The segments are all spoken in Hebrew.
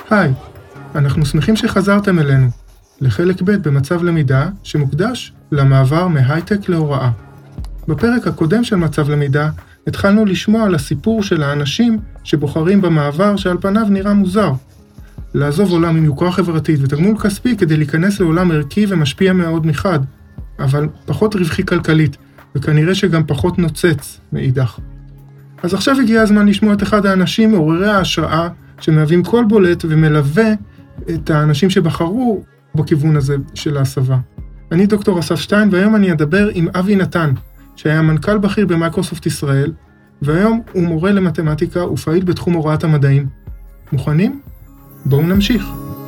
היי, אנחנו שמחים שחזרתם אלינו, לחלק ב' במצב למידה שמוקדש למעבר מהייטק להוראה. בפרק הקודם של מצב למידה התחלנו לשמוע על הסיפור של האנשים שבוחרים במעבר שעל פניו נראה מוזר. לעזוב עולם עם יוקרה חברתית ותגמול כספי כדי להיכנס לעולם ערכי ומשפיע מאוד מחד, אבל פחות רווחי כלכלית, וכנראה שגם פחות נוצץ מאידך. אז עכשיו הגיע הזמן לשמוע את אחד האנשים מעוררי ההשראה שמהווים קול בולט ומלווה את האנשים שבחרו בכיוון הזה של ההסבה. אני דוקטור אסף שטיין, והיום אני אדבר עם אבי נתן, שהיה מנכ"ל בכיר במייקרוסופט ישראל, והיום הוא מורה למתמטיקה ופעיל בתחום הוראת המדעים. מוכנים? בואו נמשיך.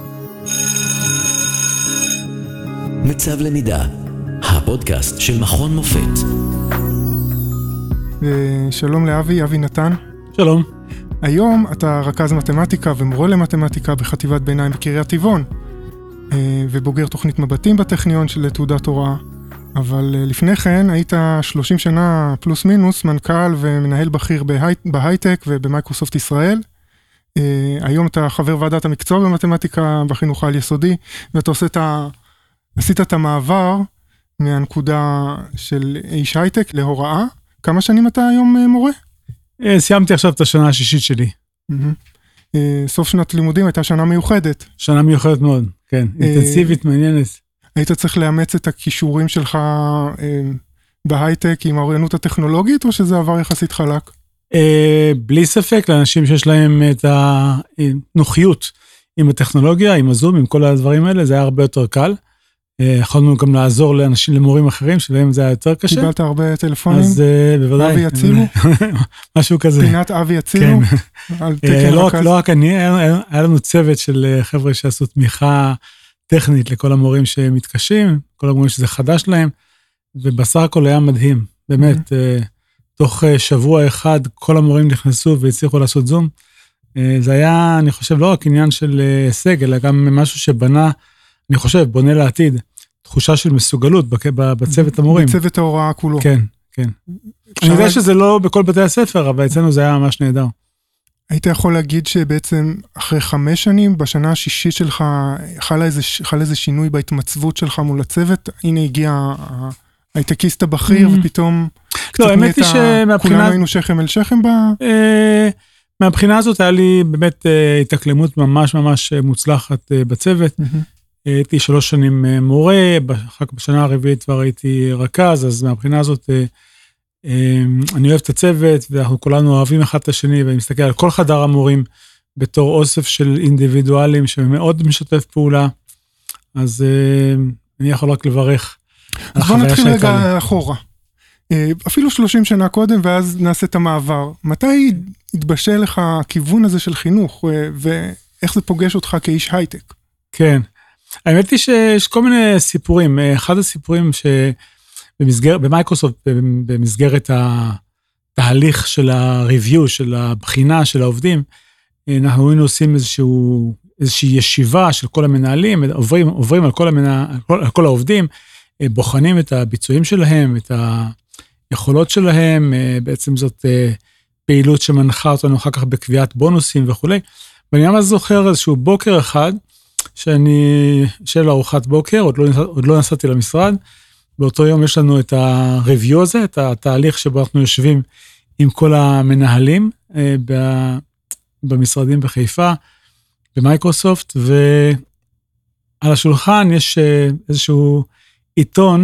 מצב למידה, הפודקאסט של מכון מופת. שלום לאבי, אבי נתן. שלום. היום אתה רכז מתמטיקה ומורה למתמטיקה בחטיבת ביניים בקריית טבעון, ובוגר תוכנית מבטים בטכניון של תעודת הוראה. אבל לפני כן היית 30 שנה פלוס מינוס מנכ"ל ומנהל בכיר בהייטק ובמייקרוסופט ישראל. היום אתה חבר ועדת המקצוע במתמטיקה בחינוך העל יסודי, ואתה עשית את המעבר מהנקודה של איש הייטק להוראה. כמה שנים אתה היום מורה? סיימתי עכשיו את השנה השישית שלי. סוף שנת לימודים הייתה שנה מיוחדת. שנה מיוחדת מאוד, כן. אינטנסיבית, מעניינת. היית צריך לאמץ את הכישורים שלך בהייטק עם האוריינות הטכנולוגית, או שזה עבר יחסית חלק? בלי ספק, לאנשים שיש להם את הנוחיות עם הטכנולוגיה, עם הזום, עם כל הדברים האלה, זה היה הרבה יותר קל. יכולנו גם לעזור לאנשים, למורים אחרים, שלהם זה היה יותר קשה. קיבלת הרבה טלפונים? אז בוודאי. אבי יצילו? משהו כזה. פינת אבי יצילו? כן. לא רק אני, היה לנו צוות של חבר'ה שעשו תמיכה טכנית לכל המורים שמתקשים, כל המורים שזה חדש להם, ובסך הכל היה מדהים. באמת, תוך שבוע אחד כל המורים נכנסו והצליחו לעשות זום. זה היה, אני חושב, לא רק עניין של הישג, אלא גם משהו שבנה, אני חושב, בונה לעתיד, תחושה של מסוגלות בצוות המורים. בצוות ההוראה כולו. כן, כן. אני יודע שזה לא בכל בתי הספר, אבל אצלנו זה היה ממש נהדר. היית יכול להגיד שבעצם אחרי 5 שנים, בשנה השישית שלך, חל איזה שינוי בהתמצבות שלך מול הצוות, הנה הגיע ההייטקיסט הבכיר, ופתאום לא, האמת היא כולנו היינו שכם אל שכם מהבחינה הזאת היה לי באמת התאקלמות ממש ממש מוצלחת בצוות. הייתי 3 שנים מורה, אחר כך בשנה הרביעית כבר הייתי רכז, אז מהבחינה הזאת אני אוהב את הצוות, ואנחנו כולנו אוהבים אחד את השני, ואני מסתכל על כל חדר המורים בתור אוסף של אינדיבידואלים שמאוד משתף פעולה, אז אני יכול רק לברך. אז בוא נתחיל רגע אחורה. אפילו 30 שנה קודם, ואז נעשה את המעבר. מתי התבשל לך הכיוון הזה של חינוך, ואיך זה פוגש אותך כאיש הייטק? כן. האמת היא שיש כל מיני סיפורים. אחד הסיפורים במייקרוסופט, במסגרת התהליך של הריוויו, של הבחינה של העובדים, אנחנו היינו עושים איזושהי ישיבה של כל המנהלים, עוברים על כל העובדים, בוחנים את הביצועים שלהם, את היכולות שלהם, בעצם זאת פעילות שמנחה אותנו אחר כך בקביעת בונוסים וכו'. ואני ממש זוכר איזשהו בוקר אחד, של ארוחת בוקר, עוד לא נסעתי למשרד, באותו יום יש לנו את הריוויו הזה, את התהליך שבו אנחנו יושבים עם כל המנהלים במשרדים בחיפה, במייקרוסופט, ועל השולחן יש איזשהו עיתון,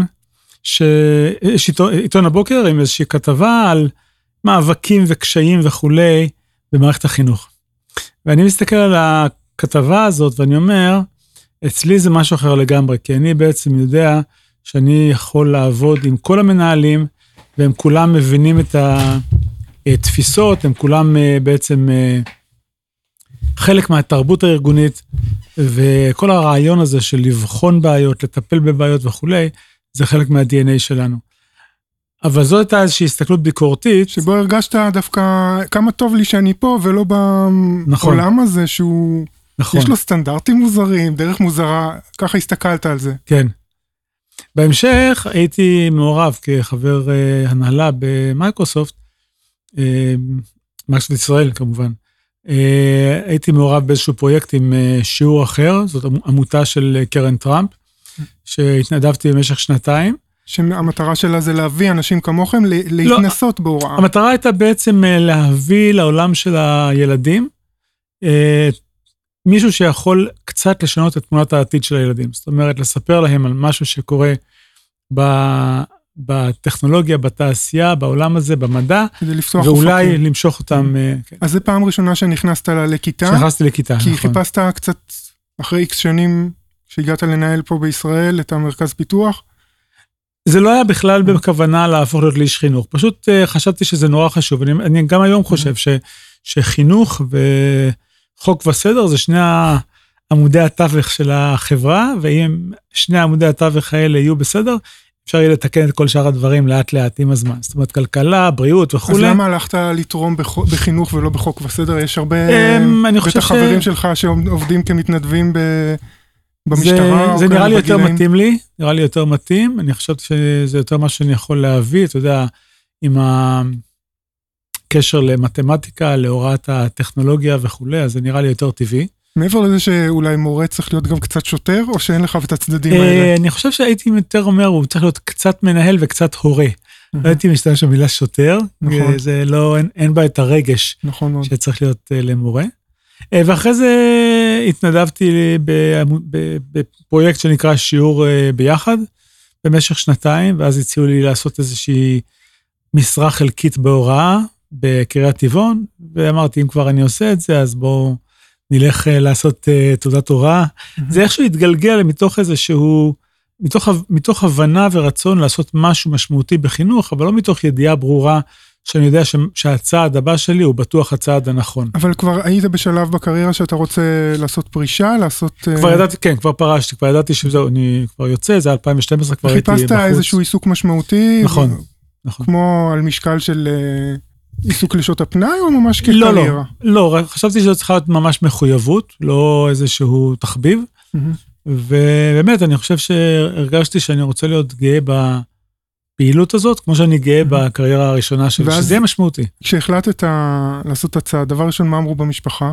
עיתון הבוקר עם איזושהי כתבה על מאבקים וקשיים וכולי במערכת החינוך. ואני מסתכל על הכתבה הזאת ואני אומר, אצלי זה משהו אחר לגמרי, כי אני בעצם יודע שאני יכול לעבוד עם כל המנהלים, והם כולם מבינים את התפיסות, הם כולם בעצם חלק מהתרבות הארגונית, וכל הרעיון הזה של לבחון בעיות, לטפל בבעיות וכו', זה חלק מה-DNA שלנו. אבל זו הייתה איזושהי הסתכלות ביקורתית. שבו הרגשת דווקא כמה טוב לי שאני פה, ולא בעולם הזה שהוא, יש לו סטנדרטים מוזרים, דרך מוזרה, ככה הסתכלת על זה. כן. בהמשך הייתי מעורב כחבר הנהלה במייקרוסופט, מייקרוסופט ישראל כמובן, הייתי מעורב באיזשהו פרויקט עם שיעור אחר, זאת עמותה של קרן טראמפ, שהתנדבתי במשך 2 שהמטרה שלה זה להביא אנשים כמוכם להתנסות בהוראה. המטרה הייתה בעצם להביא לעולם של הילדים, מישהו שיכול קצת לשנות את תמונת העתיד של הילדים. זאת אומרת, לספר להם על משהו שקורה בטכנולוגיה, בתעשייה, בעולם הזה, במדע, ואולי למשוך אותם. אז זה פעם ראשונה שנכנסת לכיתה? שנכנסתי לכיתה, כי חיפשת קצת אחרי X שנים שהגעת לנהל פה בישראל את המרכז פיתוח? זה לא היה בכלל בכוונה להפוך להיות לאיש חינוך, פשוט חשבתי שזה נורא חשוב, אני גם היום חושב שחינוך וחוק וסדר זה שני עמודי התווך של החברה, ואם שני עמודי התווך האלה יהיו בסדר, אפשר יהיה לתקן את כל שאר הדברים לאט לאט עם הזמן, זאת אומרת כלכלה, בריאות וכו'. אז למה הלכת לתרום בחינוך ולא בחוק וסדר? יש הרבה בטח חברים שלך שעובדים כמתנדבים במשטרה? זה נראה לי יותר מתאים לי, נראה לי יותר מתאים, אני חושבת שזה יותר מה שאני יכול להביא, אתה יודע, עם הקשר למתמטיקה, להוראת הטכנולוגיה וכו', אז זה נראה לי יותר טבעי. מעבר לזה שאולי מורה צריך להיות גם קצת שוטר, או שאין לך את הצדדים האלה? אני חושב שהייתי יותר אומר, הוא צריך להיות קצת מנהל וקצת הורה. לא הייתי משתמש במילה שוטר, זה לא, אין בה את הרגש שצריך להיות למורה. ואחרי זה התנדבתי בפרויקט שנקרא שיעור ביחד, במשך 2, ואז הציעו לי לעשות איזושהי משרה חלקית בהוראה, בקריית טבעון, ואמרתי, אם כבר אני עושה את זה, אז בואו נלך לעשות תעודת הוראה. זה איכשהו התגלגל מתוך איזשהו, מתוך הבנה ורצון לעשות משהו משמעותי בחינוך, אבל לא מתוך ידיעה ברורה, שאני יודע שהצעד הבא שלי הוא בטוח הצעד הנכון. אבל כבר היית בשלב בקריירה שאתה רוצה לעשות פרישה, לעשות... כבר ידעתי, כן, כבר פרשתי, כבר ידעתי שזהו, אני כבר יוצא, זה 2012, כבר הייתי בחוץ. חיפשת איזשהו עיסוק משמעותי? נכון, נכון. כמו על משקל של עיסוק לשעות הפנאי, או ממש כקריירה? לא, חשבתי שזה צריכה להיות ממש מחויבות, לא איזשהו תחביב, ובאמת, אני חושב שהרגשתי שאני רוצה להיות גאה פעילות הזאת, כמו שאני גאה בקריירה הראשונה שלי, שזה יהיה משמעותי. כשהחלטת לעשות את הצעד, דבר ראשון, מה אמרו במשפחה?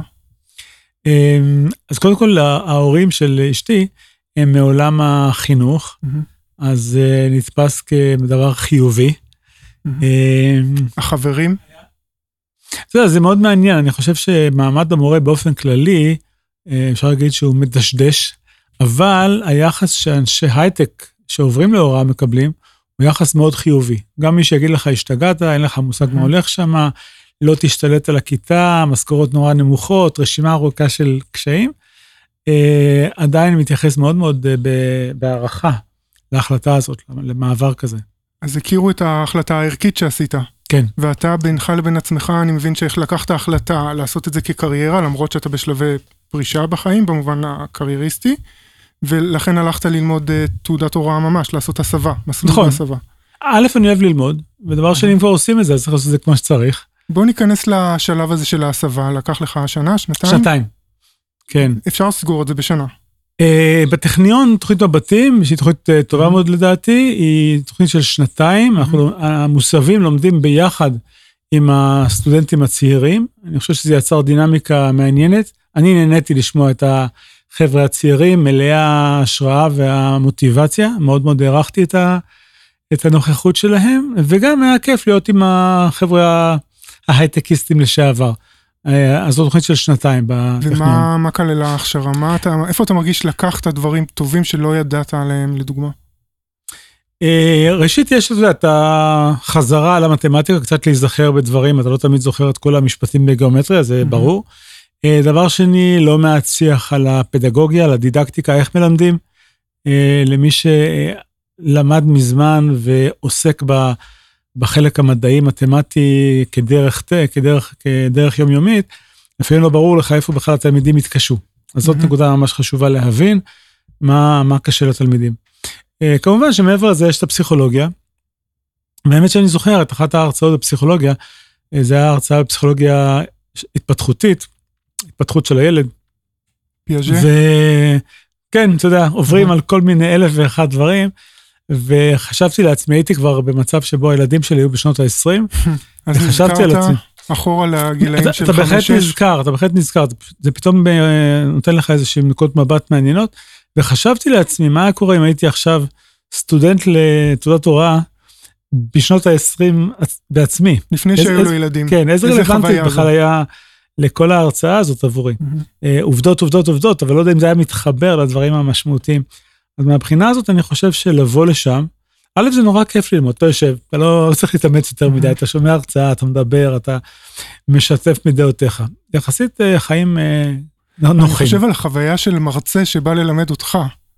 אז קודם כל, ההורים של אשתי, הם מעולם החינוך, אז נתפס כדבר חיובי. החברים? זה מאוד מעניין, אני חושב שמעמד המורה באופן כללי, אפשר להגיד שהוא מדשדש, אבל היחס שאנשי הייטק שעוברים להוראה מקבלים, הוא יחס מאוד חיובי. גם מי שיגיד לך, השתגעת, אין לך מושג מה הולך שם, לא תשתלט על הכיתה, משכורות נורא נמוכות, רשימה ארוכה של קשיים, עדיין מתייחס מאוד מאוד בהערכה להחלטה הזאת, למעבר כזה. אז הכירו את ההחלטה הערכית שעשית. כן. ואתה בינך לבין עצמך, אני מבין שאיך לקחת החלטה לעשות את זה כקריירה, למרות שאתה בשלבי פרישה בחיים, במובן הקרייריסטי, ולכן הלכת ללמוד תעודת הוראה ממש, לעשות הסבה, מסלול בהסבה. א', אני אוהב ללמוד, ודבר שני, אם כבר עושים את זה, אז צריך לעשות את זה כמו שצריך. בוא ניכנס לשלב הזה של ההסבה, לקח לך שנה, שנתיים? שנתיים, כן. אפשר לסגור את זה בשנה? בטכניון, תוכנית מבטים, שהיא תוכנית טובה מאוד לדעתי, היא תוכנית של 2, המוסבים לומדים ביחד עם הסטודנטים הצעירים, אני חושב שזה יצר דינמיקה מעניינת, אני נהניתי לשמוע את החבר'ה הצעירים, מלאי ההשראה והמוטיבציה, מאוד מאוד הערכתי את הנוכחות שלהם, וגם היה כיף להיות עם החבר'ה ההייטקיסטים לשעבר. אז זו תוכנית של 2 בטכניון. ומה כללה ההכשרה? איפה אתה מרגיש לקחת דברים טובים שלא ידעת עליהם, לדוגמה? ראשית, יש את החזרה על המתמטיקה, קצת להיזכר בדברים, אתה לא תמיד זוכר את כל המשפטים בגיאומטריה, זה ברור. דבר שני, לא מעט שיח על הפדגוגיה, על הדידקטיקה, איך מלמדים, למי שלמד מזמן ועוסק בחלק המדעי, מתמטי, כדרך יומיומית, לפעמים לא ברור לך איפה בכלל התלמידים יתקשו. אז זאת נקודה ממש חשובה להבין, מה קשה לתלמידים. כמובן שמעבר לזה יש את הפסיכולוגיה, באמת שאני זוכר את אחת ההרצאות בפסיכולוגיה, זה היה הרצאה בפסיכולוגיה התפתחותית, התפתחות של הילד. פיאז'ה? כן, אתה יודע, עוברים על כל מיני 1,001 דברים, וחשבתי לעצמי, הייתי כבר במצב שבו הילדים שלי היו בשנות ה-20, וחשבתי על עצמי. אחורה לגילאים של 5-6. אתה בהחלט נזכר, זה פתאום נותן לך איזושהי נקודות מבט מעניינות, וחשבתי לעצמי, מה היה קורה אם הייתי עכשיו סטודנט לתעודת הוראה, בשנות ה-20 בעצמי. לפני שהיו לו ילדים. כן, איזה רלוונטית בכלל היה לכל ההרצאה הזאת עבורי. עובדות, אבל לא יודע אם זה היה מתחבר לדברים המשמעותיים. אז מהבחינה הזאת אני חושב שלבוא לשם, א' זה נורא כיף ללמוד, אתה יושב, אתה לא צריך להתאמץ יותר מדי, אתה שומע הרצאה, אתה מדבר, אתה משתף מדעותיך. יחסית חיים נוחים. אני חושב על החוויה של מרצה שבא ללמד אותך.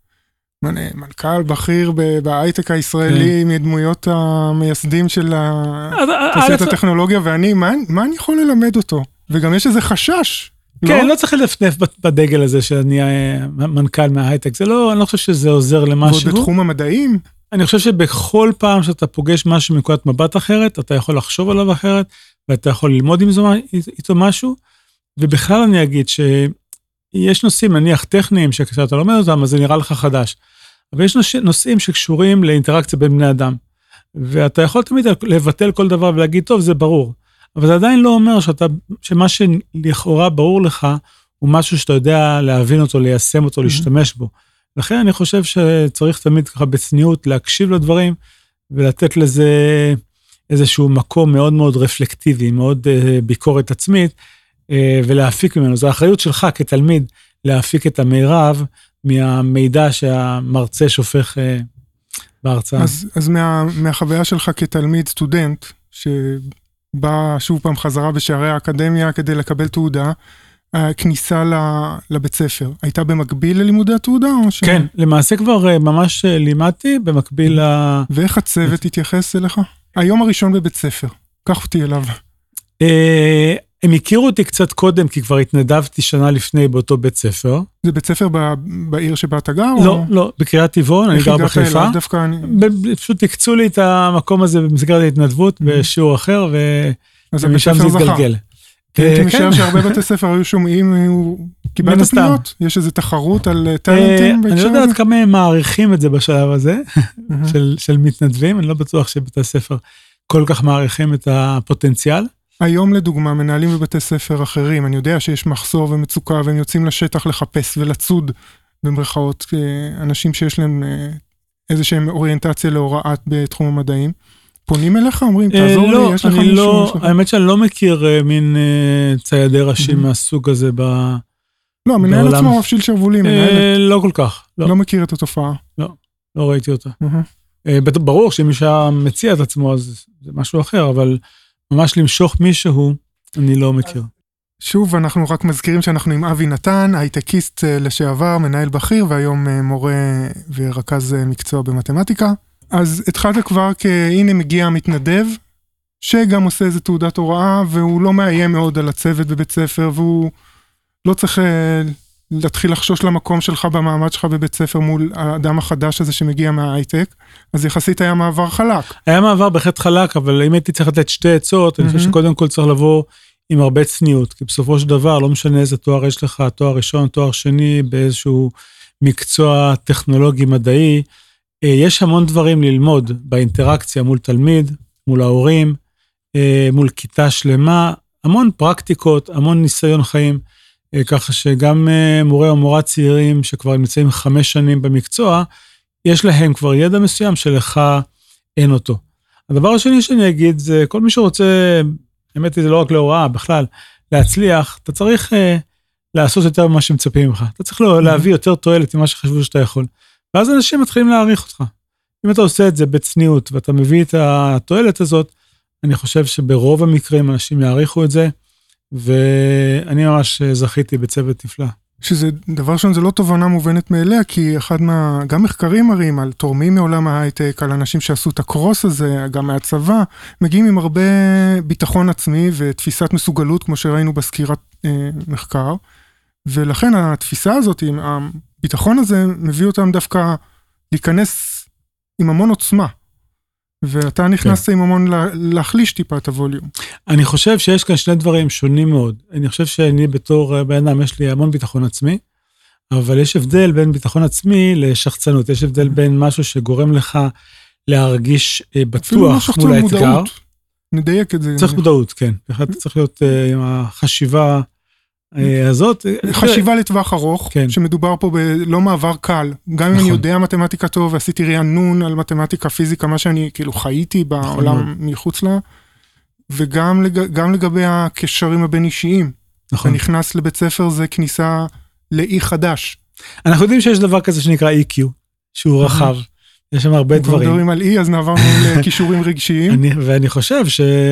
מנכ"ל בכיר בהייטק הישראלי, מדמויות המייסדים של תעשיית הטכנולוגיה, ואני, מה אני יכול ללמד אותו? וגם יש איזה חשש. כן, לא צריך לנפנף בדגל הזה שאני מנכ"ל מההייטק, אני לא חושב שזה עוזר למשהו. ועוד בתחום המדעים? אני חושב שבכל פעם שאתה פוגש משהו מנקודת מבט אחרת, אתה יכול לחשוב עליו אחרת, ואתה יכול ללמוד איתו משהו, ובכלל אני אגיד שיש נושאים, נניח טכניים, שכשאתה לומד אותם, אז זה נראה לך חדש. אבל יש נושאים שקשורים לאינטראקציה בין בני אדם, ואתה יכול תמיד לבטל כל דבר ולהגיד, טוב, זה ברור. אבל זה עדיין לא אומר שמה שלכאורה ברור לך, הוא משהו שאתה יודע להבין אותו, ליישם אותו, להשתמש בו. לכן אני חושב שצריך תמיד ככה בצניעות להקשיב לדברים, ולתת לזה איזשהו מקום מאוד מאוד רפלקטיבי, מאוד ביקורת עצמית, ולהפיק ממנו. זו האחריות שלך כתלמיד, להפיק את המירב מהמידע שהמרצה שופך בהרצאה. אז מהחוויה שלך כתלמיד סטודנט, שבא שוב פעם חזרה בשערי האקדמיה כדי לקבל תעודה, הכניסה לבית ספר, הייתה במקביל ללימודי התעודה? כן, למעשה כבר ממש לימדתי במקביל ואיך הצוות התייחס אליך? היום הראשון בבית ספר, קח אותי אליו. הם הכירו אותי קצת קודם, כי כבר התנדבתי שנה לפני באותו בית ספר. זה בית ספר בעיר שבה אתה גר? לא, בקריית טבעון, אני גר בחיפה. פשוט תקצו לי את המקום הזה במסגרת ההתנדבות, בשיעור אחר, ומשם זה התגלגל. הייתי משער שהרבה בתי ספר היו שומעים, קיבלת פניות? יש איזו תחרות על טלנטים בהקשר הזה? אני לא יודעת כמה הם מעריכים את זה בשלב הזה, של מתנדבים, אני לא בטוח שבתי הספר כל כך מעריכים את הפוטנציאל. היום לדוגמה, מנהלים בבתי ספר אחרים, אני יודע שיש מחסור ומצוקה, והם יוצאים לשטח לחפש ולצוד במרכאות, אנשים שיש להם איזושהי אוריינטציה להוראת בתחום המדעים. פונים אליך, אומרים, תעזור לי, יש לך מישהו? האמת שאני לא מכיר מין ציידי ראשים מהסוג הזה בעולם. לא, המנהל עצמו מפשיל שרבולים, מנהלת. לא כל כך. לא מכיר את התופעה. לא ראיתי אותה. ברור שמישהו מציע את עצמו, אז זה משהו אחר, אבל ממש למשוך מישהו, אני לא מכיר. שוב, אנחנו רק מזכירים שאנחנו עם אבי נתן, הייטקיסט לשעבר, מנהל בכיר, והיום מורה ורכז מקצוע במתמטיקה. אז התחלת כבר הנה מגיע המתנדב, שגם עושה איזו תעודת הוראה, והוא לא מאיים מאוד על הצוות בבית ספר, והוא לא צריך להתחיל לחשוש למקום שלך במעמד שלך בבית ספר, מול האדם החדש הזה שמגיע מההייטק, אז יחסית היה מעבר חלק. היה מעבר בהחלט חלק, אבל אם הייתי צריך לתת שתי עצות, אני חושב שקודם כל צריך לבוא עם הרבה צניעות, כי בסופו של דבר לא משנה איזה תואר יש לך, תואר ראשון, תואר שני, באיזשהו מקצוע טכנולוגי מדעי, יש המון דברים ללמוד באינטראקציה מול תלמיד, מול ההורים, מול כיתה שלמה, המון פרקטיקות, המון ניסיון חיים, ככה שגם מורה או מורה צעירים שכבר נמצאים 5 שנים במקצוע, יש להם כבר ידע מסוים שלך אין אותו. הדבר השני שאני אגיד זה, כל מי שרוצה, האמת היא זה לא רק להוראה, בכלל, להצליח, אתה צריך לעשות יותר ממה שמצפים ממך. אתה צריך להביא יותר תועלת ממה שחשבו שאתה יכול. ואז אנשים מתחילים להעריך אותך. אם אתה עושה את זה בצניעות, ואתה מביא את התועלת הזאת, אני חושב שברוב המקרים אנשים יעריכו את זה, ואני ממש זכיתי בצוות נפלא. שזה דבר שם, זה לא תובנה מובנת מאליה, כי גם מחקרים מראים על תורמים מעולם ההייטק, על אנשים שעשו את הקרוס הזה, גם מהצבא, מגיעים עם הרבה ביטחון עצמי ותפיסת מסוגלות, כמו שראינו בסקירת מחקר, ולכן התפיסה הזאת, הביטחון הזה, מביא אותם דווקא להיכנס עם המון עוצמה, ואתה נכנסת עם המון להחליש טיפה את הווליום. אני חושב שיש כאן שני דברים שונים מאוד. אני חושב שאני בתור בן אדם יש לי המון ביטחון עצמי, אבל יש הבדל בין ביטחון עצמי לשחצנות. יש הבדל בין משהו שגורם לך להרגיש בטוח מול האתגר. נדייק את זה. צריך מודעות, כן. צריך להיות עם החשיבה הזאת. חשיבה לטווח ארוך, שמדובר פה בלא מעבר קל. גם אם אני יודע מתמטיקה טוב, ועשיתי רענון על מתמטיקה, פיזיקה, מה שאני כאילו חייתי בעולם מחוץ לה, וגם לגבי הקשרים הבין אישיים. נכון. נכנס לבית ספר זה כניסה לאי חדש. אנחנו יודעים שיש דבר כזה שנקרא EQ, שהוא רחב. יש שם הרבה דברים. אנחנו מדברים על אי, אז נעברנו לכישורים רגשיים. ואני חושב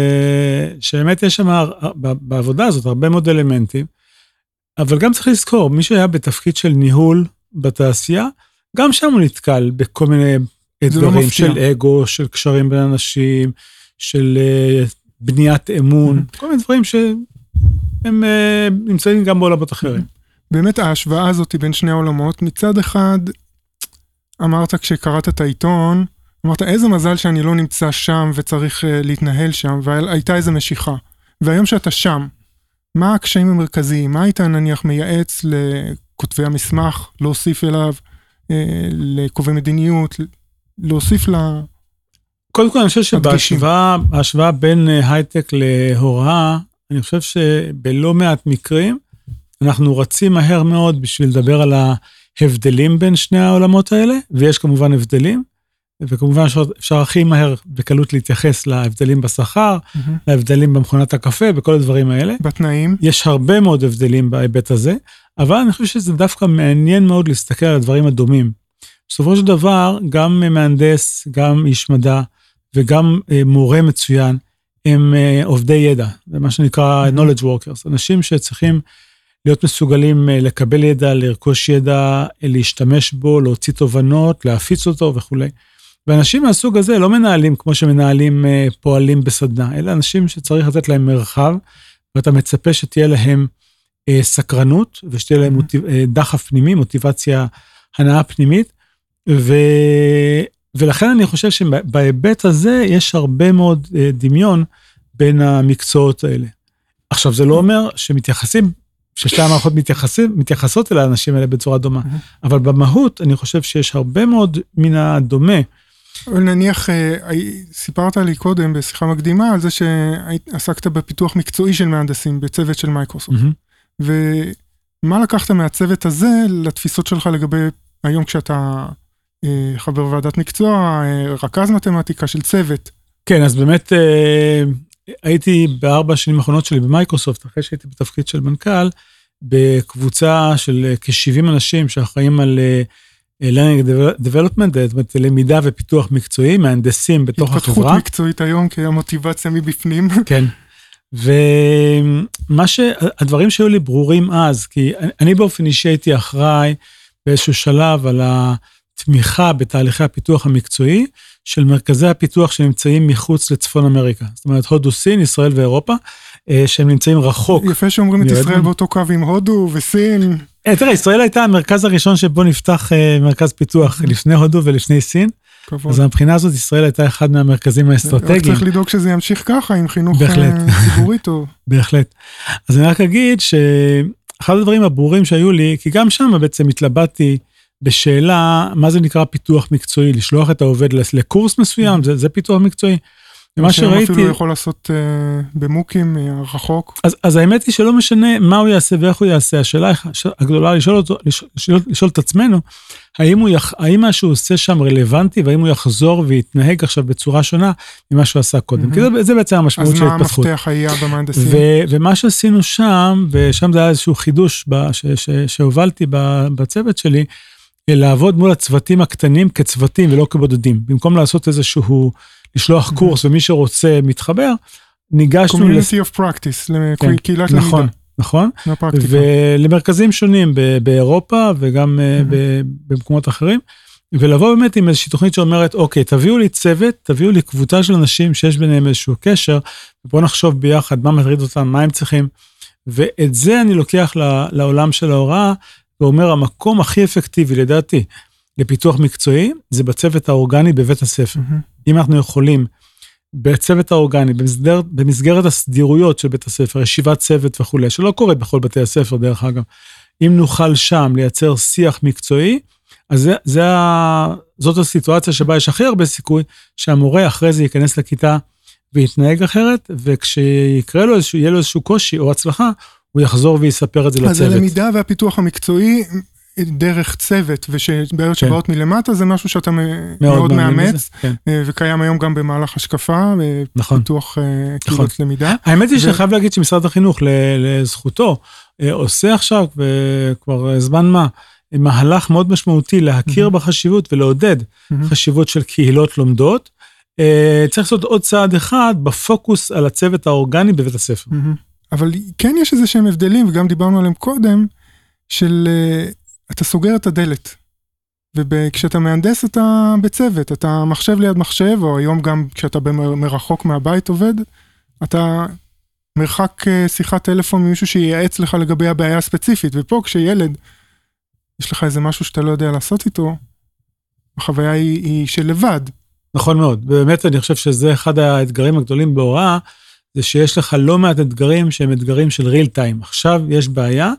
שבאמת יש שם בעבודה הזאת הרבה מאוד אלמנטים, אבל גם צריך לזכור, מי שהיה בתפקיד של ניהול בתעשייה, גם שם הוא נתקל בכל מיני אתגרים של אגו, של קשרים בין אנשים, של בניית אמון, כל מיני דברים שהם נמצאים גם בעולמות אחרים. באמת ההשוואה הזאת בין שני העולמות, מצד אחד, אמרת כשקראת את העיתון, אמרת איזה מזל שאני לא נמצא שם וצריך להתנהל שם, והייתה איזו משיכה. והיום שאתה שם, מה הקשיים המרכזיים? מה היית נניח מייעץ לכותבי המסמך, להוסיף אליו, לקובעי מדיניות, להוסיף קודם כל אני חושב שבהשוואה בין הייטק להוראה, אני חושב שבלא מעט מקרים, אנחנו רצים מהר מאוד בשביל לדבר על ההבדלים בין שני העולמות האלה, ויש כמובן הבדלים, וכמובן אפשר הכי מהר בקלות להתייחס להבדלים בשכר, להבדלים במכונת הקפה, בכל הדברים האלה. בתנאים. יש הרבה מאוד הבדלים בהיבט הזה, אבל אני חושב שזה דווקא מעניין מאוד להסתכל על הדברים הדומים. בסופו של דבר, גם מהנדס, גם איש מדע, וגם מורה מצוין, הם עובדי ידע, זה מה שנקרא knowledge workers, אנשים שצריכים להיות מסוגלים לקבל ידע, לרכוש ידע, להשתמש בו, להוציא תובנות, להפיץ אותו וכו'. ואנשים מהסוג הזה לא מנהלים כמו שמנהלים פועלים בסדנה, אלא אנשים שצריך לתת להם מרחב, ואתה מצפה שתהיה להם סקרנות, ושתהיה להם דחף פנימי, מוטיבציה, הנאה פנימית, ולכן אני חושב שבהיבט הזה יש הרבה מאוד דמיון בין המקצועות האלה. עכשיו זה לא אומר ששתי המערכות מתייחסות אל האנשים האלה בצורה דומה, אבל במהות אני חושב שיש הרבה מאוד מן הדומה. נניח, סיפרת לי קודם בשיחה מקדימה על זה שעסקת בפיתוח מקצועי של מהנדסים בצוות של מייקרוסופט. ומה לקחת מהצוות הזה לתפיסות שלך לגבי היום כשאתה חבר ועדת מקצוע, רכז מתמטיקה של צוות? כן, אז באמת הייתי ב4 שנים האחרונות שלי במייקרוסופט, אחרי שהייתי בתפקיד של מנכ"ל, בקבוצה של כ-70 אנשים שאחראים על learning development, זאת אומרת, למידה ופיתוח מקצועי, מהנדסים בתוך החברה. התפתחות מקצועית היום, כי המוטיבציה מבפנים. כן. הדברים שהיו לי ברורים אז, כי אני באופן אישי הייתי אחראי באיזשהו שלב על התמיכה בתהליכי הפיתוח המקצועי, של מרכזי הפיתוח שנמצאים מחוץ לצפון אמריקה. זאת אומרת, הודו, סין, ישראל ואירופה, שהם נמצאים רחוק. יפה שאומרים את ישראל באותו קו עם הודו וסין. תראה, ישראל הייתה המרכז הראשון שבו נפתח מרכז פיתוח לפני הודו ולפני סין. אז מבחינה הזאת ישראל הייתה אחד מהמרכזים האסטרטגיים. רק צריך לדאוג שזה ימשיך ככה עם חינוך ציבורי טוב. בהחלט. אז אני רק אגיד שאחד הדברים הברורים שהיו לי, כי גם שם בעצם התלבטתי בשאלה מה זה נקרא פיתוח מקצועי, לשלוח את העובד לקורס מסוים, זה פיתוח מקצועי. מה שראיתי... אפילו יכול לעשות במוקים רחוק. אז האמת היא שלא משנה מה הוא יעשה ואיך הוא יעשה, השאלה הגדולה לשאול את עצמנו, האם מה שהוא עושה שם רלוונטי, והאם הוא יחזור ויתנהג עכשיו בצורה שונה ממה שהוא עשה קודם. כי זה בעצם המשמעות של התפתחות. אז מה המפתח היה במהנדסים? ומה שעשינו שם, ושם זה היה איזשהו חידוש שהובלתי בצוות שלי, לעבוד מול הצוותים הקטנים כצוותים ולא כבודדים. במקום לעשות איזשהו לשלוח קורס, ומי שרוצה מתחבר, ניגשנו... community of practice, לקהילת למידה. נכון, ולמרכזים שונים באירופה, וגם במקומות אחרים, ולבוא באמת עם איזושהי תוכנית שאומרת, אוקיי, תביאו לי צוות, תביאו לי קבוצה של אנשים שיש ביניהם איזשהו קשר, ובואו נחשוב ביחד מה מטריד אותם, מה הם צריכים, ואת זה אני לוקח לעולם של ההוראה, ואומר, המקום הכי אפקטיבי, לדעתי, לפיתוח מקצועי, זה בצוות האורגני בבית הספר. אם אנחנו יכולים, בצוות האורגני, במסגרת הסדירויות של בית הספר, ישיבת צוות וכו', שלא קורה בכל בתי הספר דרך אגב, אם נוכל שם לייצר שיח מקצועי, אז זאת הסיטואציה שבה יש הכי הרבה סיכוי, שהמורה אחרי זה ייכנס לכיתה, ויתנהג אחרת, וכשיקרה לו יהיה לו איזשהו קושי או הצלחה, הוא יחזור ויספר את זה לצוות. אז הלמידה והפיתוח המקצועי, דרך צוות, ובעיות שבאות מלמטה, זה משהו שאתה מאוד מאמץ, וקיים היום גם במהלך השקפה, ופיתוח קהילות למידה. האמת היא שחייב להגיד שמשרד החינוך, לזכותו, עושה עכשיו, וכבר זמן מה, מהלך מאוד משמעותי להכיר בחשיבות ולעודד חשיבות של קהילות לומדות. צריך לעשות עוד צעד אחד בפוקוס על הצוות האורגני בבית הספר. אבל כן יש איזה שהם הבדלים, וגם דיברנו עליהם קודם, של אתה סוגר את הדלת, וכשאתה מהנדס אתה בצוות, אתה מחשב ליד מחשב, או היום גם כשאתה מרחוק מהבית עובד, אתה מרחק שיחת טלפון ממישהו שייעץ לך לגבי הבעיה הספציפית, ופה כשילד יש לך איזה משהו שאתה לא יודע לעשות איתו, החוויה היא של לבד. נכון מאוד, באמת אני חושב שזה אחד האתגרים הגדולים בהוראה, זה שיש לך לא מעט אתגרים שהם אתגרים של ריל טיים. עכשיו יש בעיה,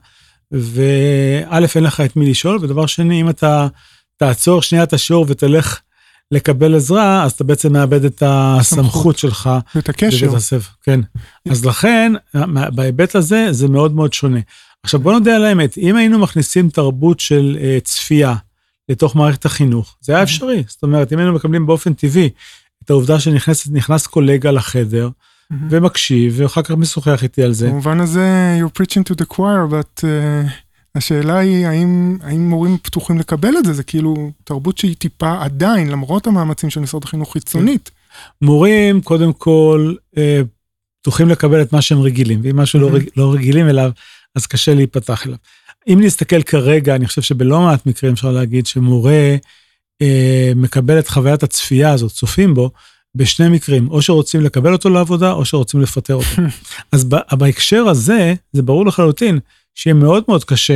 וא' אין לך את מי לשאול, ודבר שני, אם אתה תעצור שנייה את השיעור ותלך לקבל עזרה, אז אתה בעצם מאבד את הסמכות שלך. ואת הקשר. כן. אז לכן, בהיבט הזה, זה מאוד מאוד שונה. עכשיו בוא נודע על האמת, אם היינו מכניסים תרבות של צפייה לתוך מערכת החינוך, זה היה אפשרי. זאת אומרת, אם היינו מקבלים באופן טבעי את העובדה שנכנס קולגה לחדר, ומקשיב, ואחר כך משוחח איתי על זה. במובן הזה, you're preaching to the choir, but השאלה היא, האם מורים פתוחים לקבל את זה? זה כאילו תרבות שהיא טיפה עדיין, למרות המאמצים של משרד החינוך חיצונית. מורים, קודם כל, פתוחים לקבל את מה שהם רגילים, ואם משהו לא רגילים אליו, אז קשה להיפתח אליו. אם נסתכל כרגע, אני חושב שבלא מעט מקרים אפשר להגיד שמורה מקבל את חוויית הצפייה הזאת, צופים בו, בשני מקרים, או שרוצים לקבל אותו לעבודה, או שרוצים לפטר אותו. אז בהקשר הזה, זה ברור לחלוטין, שיהיה מאוד מאוד קשה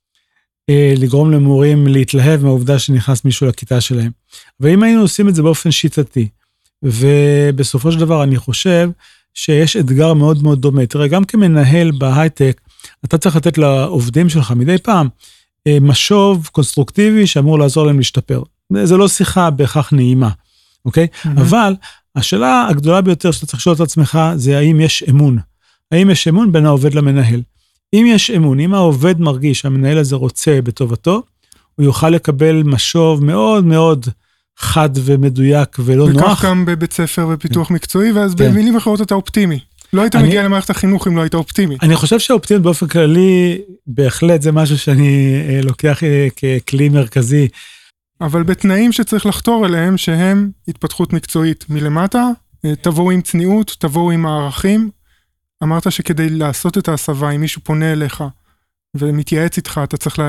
לגרום למורים להתלהב מהעובדה שנכנס מישהו לכיתה שלהם. אבל אם היינו עושים את זה באופן שיטתי, ובסופו של דבר אני חושב שיש אתגר מאוד מאוד דומה. תראה, גם כמנהל בהייטק, אתה צריך לתת לעובדים שלך מדי פעם משוב קונסטרוקטיבי שאמור לעזור להם להשתפר. זה לא שיחה בהכרח נעימה, אוקיי? אבל השאלה הגדולה ביותר שאתה צריך לשאול את עצמך, זה האם יש אמון. האם יש אמון בין העובד למנהל? אם יש אמון, אם העובד מרגיש שהמנהל הזה רוצה בטובתו, הוא יוכל לקבל משוב מאוד מאוד חד ומדויק ולא נוח. וכך גם בבית ספר ופיתוח מקצועי, ואז במילים אחרות אתה אופטימי. לא היית מגיע למערכת החינוך אם לא היית אופטימי. אני חושב שהאופטימיות באופן כללי, בהחלט זה משהו שאני לוקח ככלי מרכזי. אבל בתנאים שצריך לחתור אליהם, שהם התפתחות מקצועית מלמטה, תבואו עם צניעות, תבואו עם הערכים. אמרת שכדי לעשות את ההסבה, אם מישהו פונה אליך ומתייעץ איתך, אתה צריך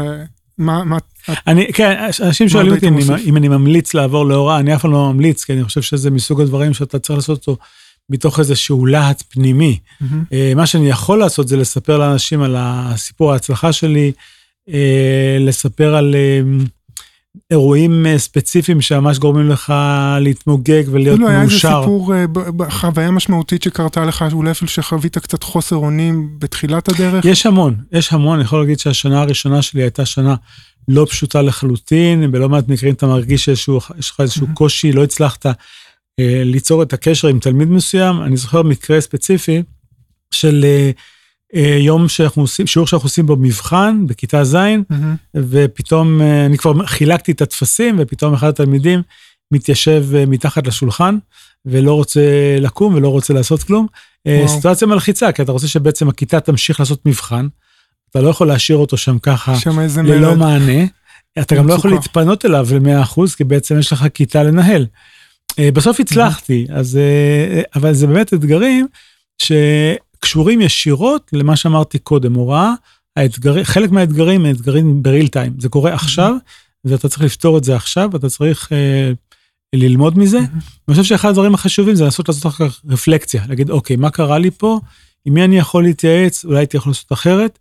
כן, אנשים שואלים אותי אם אני ממליץ לעבור להוראה, אני אף פעם לא ממליץ, כי אני חושב שזה מסוג הדברים שאתה צריך לעשות אותו מתוך איזשהו להט פנימי. מה שאני יכול לעשות זה לספר לאנשים על הסיפור ההצלחה שלי, לספר על אירועים ספציפיים שממש גורמים לך להתמוגג ולהיות מאושר. היה איזה סיפור, חוויה משמעותית שקרתה לך, אולי אפילו שחווית קצת חוסר אונים בתחילת הדרך? יש המון, אני יכול להגיד שהשנה הראשונה שלי הייתה שנה לא פשוטה לחלוטין, בלא מעט מקרים אתה מרגיש שיש לך איזשהו קושי, לא הצלחת ליצור את הקשר עם תלמיד מסוים. אני זוכר מקרה ספציפי של יום שאנחנו עושים, שיעור שאנחנו עושים בו מבחן, בכיתה ז', ופתאום אני כבר חילקתי את התפסים, ופתאום אחד התלמידים מתיישב מתחת לשולחן, ולא רוצה לקום ולא רוצה לעשות כלום. סיטואציה מלחיצה, כי אתה רוצה שבעצם הכיתה תמשיך לעשות מבחן, אתה לא יכול להשאיר אותו שם ככה, ללא מענה, אתה גם לא יכול להתפנות אליו ל100%, כי בעצם יש לך כיתה לנהל. בסוף הצלחתי, אבל זה באמת אתגרים שקשורים ישירות למה שאמרתי קודם, הוראה, חלק מהאתגרים הם אתגרים בריל טיים, זה קורה עכשיו, ואתה צריך לפתור את זה עכשיו, ואתה צריך ללמוד מזה. אני חושב שאחד הדברים החשובים זה לעשות רפלקציה, להגיד, אוקיי, מה קרה לי פה? עם מי אני יכול להתייעץ? אולי הייתי יכול לעשות אחרת?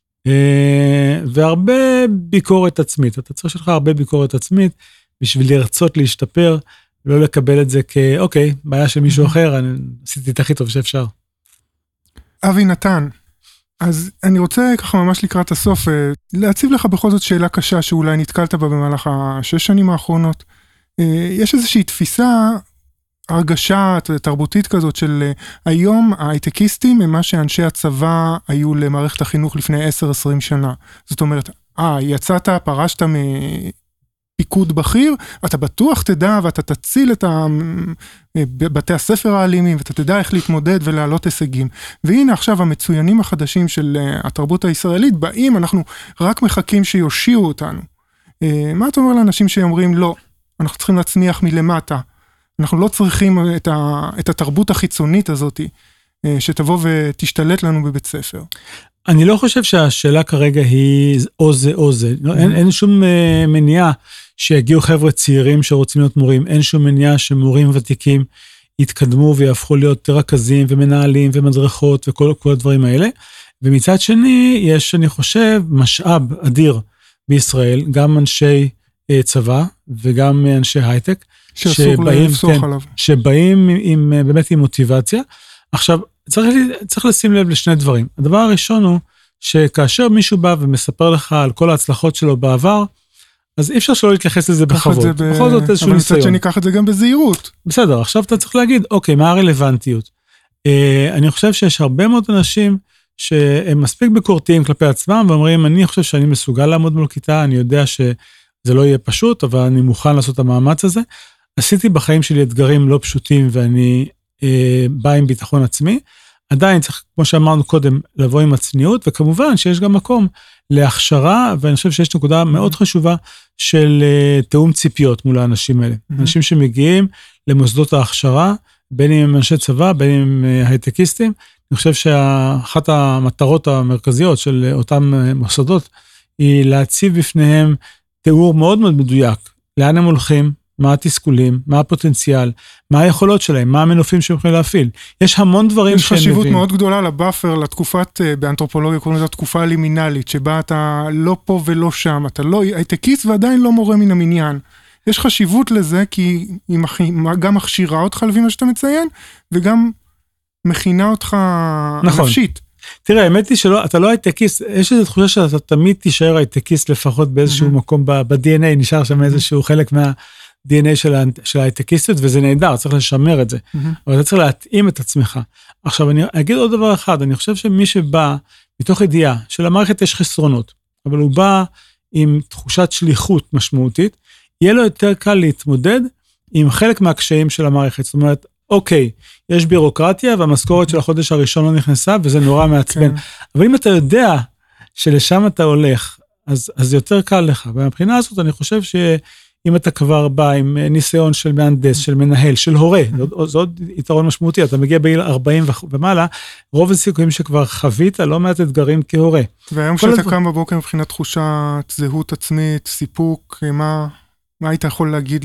והרבה ביקורת עצמית. אתה צריך שלך הרבה ביקורת עצמית, בשביל לרצות להשתפר, ולא לקבל את זה כאוקיי, בעיה של מישהו אחר, אני עשיתי את הכי טוב שאפשר. אבי נתן, אז אני רוצה ככה ממש לקראת הסוף, להציב לך בכל זאת שאלה קשה, שאולי נתקלת בה במהלך 6 שנים האחרונות. יש איזושהי תפיסה, הרגשה תרבותית כזאת של היום ההייטקיסטים הם מה שאנשי הצבא היו למערכת החינוך לפני 10-20 שנה. זאת אומרת, יצאת, פרשת מפיקוד בכיר, אתה בטוח תדע ואתה תציל את בתי הספר האלימים, ואתה תדע איך להתמודד ולהעלות הישגים. והנה עכשיו המצוינים החדשים של התרבות הישראלית באים, אנחנו רק מחכים שיושיעו אותנו. מה אתה אומר לאנשים שאומרים לא, אנחנו צריכים להצמיח מלמטה, אנחנו לא צריכים את התרבות החיצונית הזאת, שתבוא ותשתלט לנו בבית ספר. אני לא חושב שהשאלה כרגע היא או זה או זה. אין שום מניעה שיגיעו חבר'ה צעירים שרוצים להיות מורים. אין שום מניעה שמורים ותיקים יתקדמו ויהפכו להיות רכזים ומנהלים ומדרכות וכל הדברים האלה. ומצד שני, יש, אני חושב, משאב אדיר בישראל, גם אנשי צבא וגם אנשי הייטק, שבאים באמת עם מוטיבציה. עכשיו, צריך לשים לב לשני דברים. הדבר הראשון הוא שכאשר מישהו בא ומספר לך על כל ההצלחות שלו בעבר, אז אי אפשר שלא להתייחס לזה בכבוד. בכל זאת איזשהו ניסיון. אבל מצד שניקח את זה גם בזהירות. בסדר, עכשיו אתה צריך להגיד, אוקיי, מה הרלוונטיות? אני חושב שיש הרבה מאוד אנשים שהם מספיק ביקורתיים כלפי עצמם, ואומרים, אני חושב שאני מסוגל לעמוד מול כיתה, אני יודע שזה לא יהיה פשוט, אבל אני מוכן לעשות את המאמץ הזה. עשיתי בחיים שלי אתגרים לא פשוטים, ואני בא עם ביטחון עצמי. עדיין צריך, כמו שאמרנו קודם, לבוא עם הצניעות, וכמובן שיש גם מקום להכשרה, ואני חושב שיש נקודה מאוד חשובה של תאום ציפיות מול האנשים האלה. אנשים שמגיעים למוסדות ההכשרה, בין אם הם אנשי צבא, בין אם הם הייטקיסטים, אני חושב שאחת המטרות המרכזיות של אותם מוסדות, היא להציב בפניהם תיאור מאוד מאוד מדויק, לאן הם הולכים, מה התסכולים, מה הפוטנציאל, מה היכולות שלהם, מה המנופים שהם יכולים להפעיל. יש המון דברים שהם מביאים. יש חשיבות מאוד גדולה לבאפר, לתקופת, באנתרופולוגיה, קוראים לזה תקופה לימינלית, שבה אתה לא פה ולא שם, אתה לא הייטקיסט ועדיין לא מורה מן המניין. יש חשיבות לזה, כי היא גם מכשירה אותך לפי מה שאתה מציין, וגם מכינה אותך נפשית. תראה, האמת היא שאתה לא הייטקיסט, יש איזו תחושה שאתה תמיד תישאר הייטקיסט, לפחות באיזשהו מקום ב-DNA, נשאר שם איזשהו חלק DNA של ההייטקיסטיות, וזה נהדר, צריך לשמר את זה. אבל אתה צריך להתאים את עצמך. עכשיו, אני אגיד עוד דבר אחד, אני חושב שמי שבא מתוך ידיעה, שלמערכת יש חסרונות, אבל הוא בא עם תחושת שליחות משמעותית, יהיה לו יותר קל להתמודד עם חלק מהקשיים של המערכת. זאת אומרת, אוקיי, יש בירוקרטיה, והמשכורת של החודש הראשון לא נכנסה, וזה נורא מעצבן. אבל אם אתה יודע שלשם אתה הולך, אז יותר קל לך. ומבחינה הזאת, אני חושב אם אתה כבר בא עם ניסיון של מהנדס, של מנהל, של הורה, זה עוד יתרון משמעותי, אתה מגיע בגיל 40 ומעלה, רוב הסיכויים שכבר חווית לא מעט אתגרים כהורה. והיום שאתה קם בבוקר מבחינת תחושת זהות עצמית, סיפוק, מה היית יכול להגיד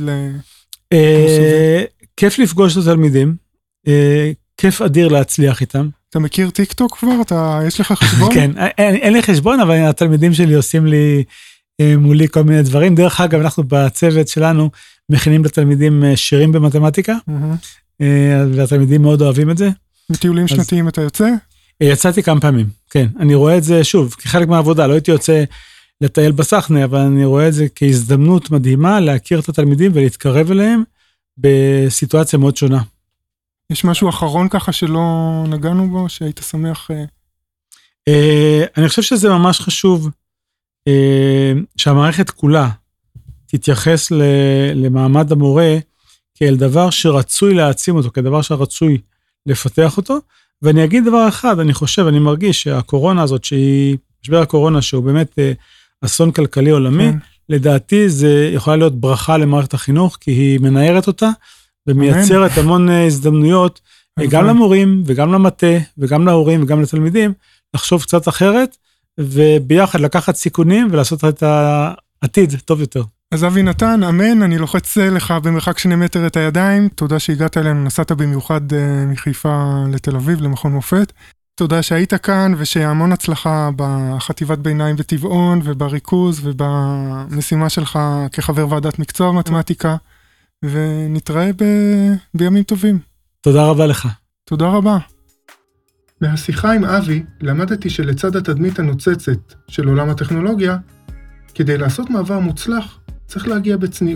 כיף לפגוש את התלמידים, כיף אדיר להצליח איתם. אתה מכיר טיק טוק כבר? יש לך חשבון? כן, אין לי חשבון, אבל התלמידים שלי עושים לי מולי כל מיני דברים. דרך אגב, אנחנו בצוות שלנו מכינים לתלמידים שירים במתמטיקה, והתלמידים מאוד אוהבים את זה. בטיולים שנתיים אתה יוצא? יצאתי כמה פעמים, כן. אני רואה את זה, שוב, כחלק מהעבודה, לא הייתי יוצא לטייל בסחנה, אבל אני רואה את זה כהזדמנות מדהימה להכיר את התלמידים ולהתקרב אליהם בסיטואציה מאוד שונה. יש משהו אחרון ככה שלא נגענו בו, שהיית שמח? אני חושב שזה ממש חשוב, שהמערכת כולה תתייחס למעמד המורה כאל דבר שרצוי להעצים אותו, כדבר שרצוי לפתח אותו, ואני אגיד דבר אחד, אני מרגיש שהקורונה הזאת, שהיא משבר הקורונה, שהוא באמת אסון כלכלי עולמי, לדעתי זה יכולה להיות ברכה למערכת החינוך, כי היא מנערת אותה, ומייצרת המון הזדמנויות, גם למורים, וגם למטה, וגם להורים, וגם לתלמידים, לחשוב קצת אחרת, וביחד לקחת סיכונים, ולעשות את העתיד טוב יותר. אז אבי נתן, אמן, אני לוחץ לך במרחק 2 מטר את הידיים, תודה שהגעת אלינו, נסעת במיוחד מחיפה לתל אביב, למכון מופת, תודה שהיית כאן, ושהמון הצלחה בחטיבת ביניים בטבעון, ובריכוז, ובמשימה שלך כחבר ועדת מקצוע מתמטיקה, ונתראה בימים טובים. תודה רבה לך. תודה רבה. מהשיחה עם אבי למדתי שלצד התדמית הנוצצת של עולם הטכנולוגיה, כדי לעשות מעבר מוצלח צריך להגיע בצניעות.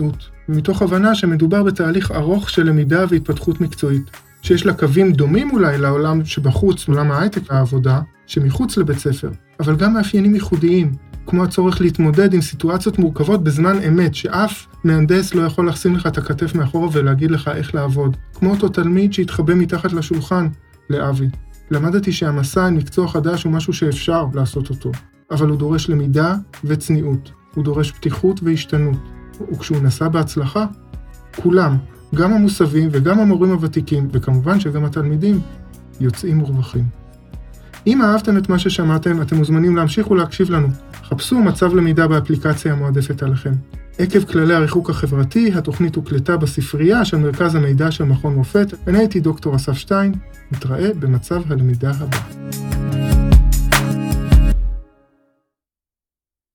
מתוך הבנה שמדובר בתהליך ארוך של למידה והתפתחות מקצועית, שיש לה קווים דומים אולי לעולם שבחוץ, לעולם ההייטק העבודה, שמחוץ לבית ספר, אבל גם מאפיינים ייחודיים, כמו הצורך להתמודד עם סיטואציות מורכבות בזמן אמת, שאף מהנדס לא יכול לשים לך את הכתף מאחורה ולהגיד לך איך לעבוד, כמו אותו תלמיד שהתחבא מתחת לשולחן, לאבי. למדתי שהמסע עם מקצוע חדש הוא משהו שאפשר לעשות אותו, אבל הוא דורש למידה וצניעות, הוא דורש פתיחות והשתנות, וכשהוא נסע בהצלחה, כולם, גם המוסבים וגם המורים הוותיקים, וכמובן שגם התלמידים, יוצאים מורווחים. אם אהבתם את מה ששמעתם, אתם מוזמנים להמשיך ולהקשיב לנו. חפשו מצב למידה באפליקציה המועדפת עליכם. עקב כללי הריחוק החברתי, התוכנית הוקלטה בספרייה של מרכז המידע של מכון מופת. אני הייתי דוקטור אסף שטיין, נתראה במצב הלמידה הבא.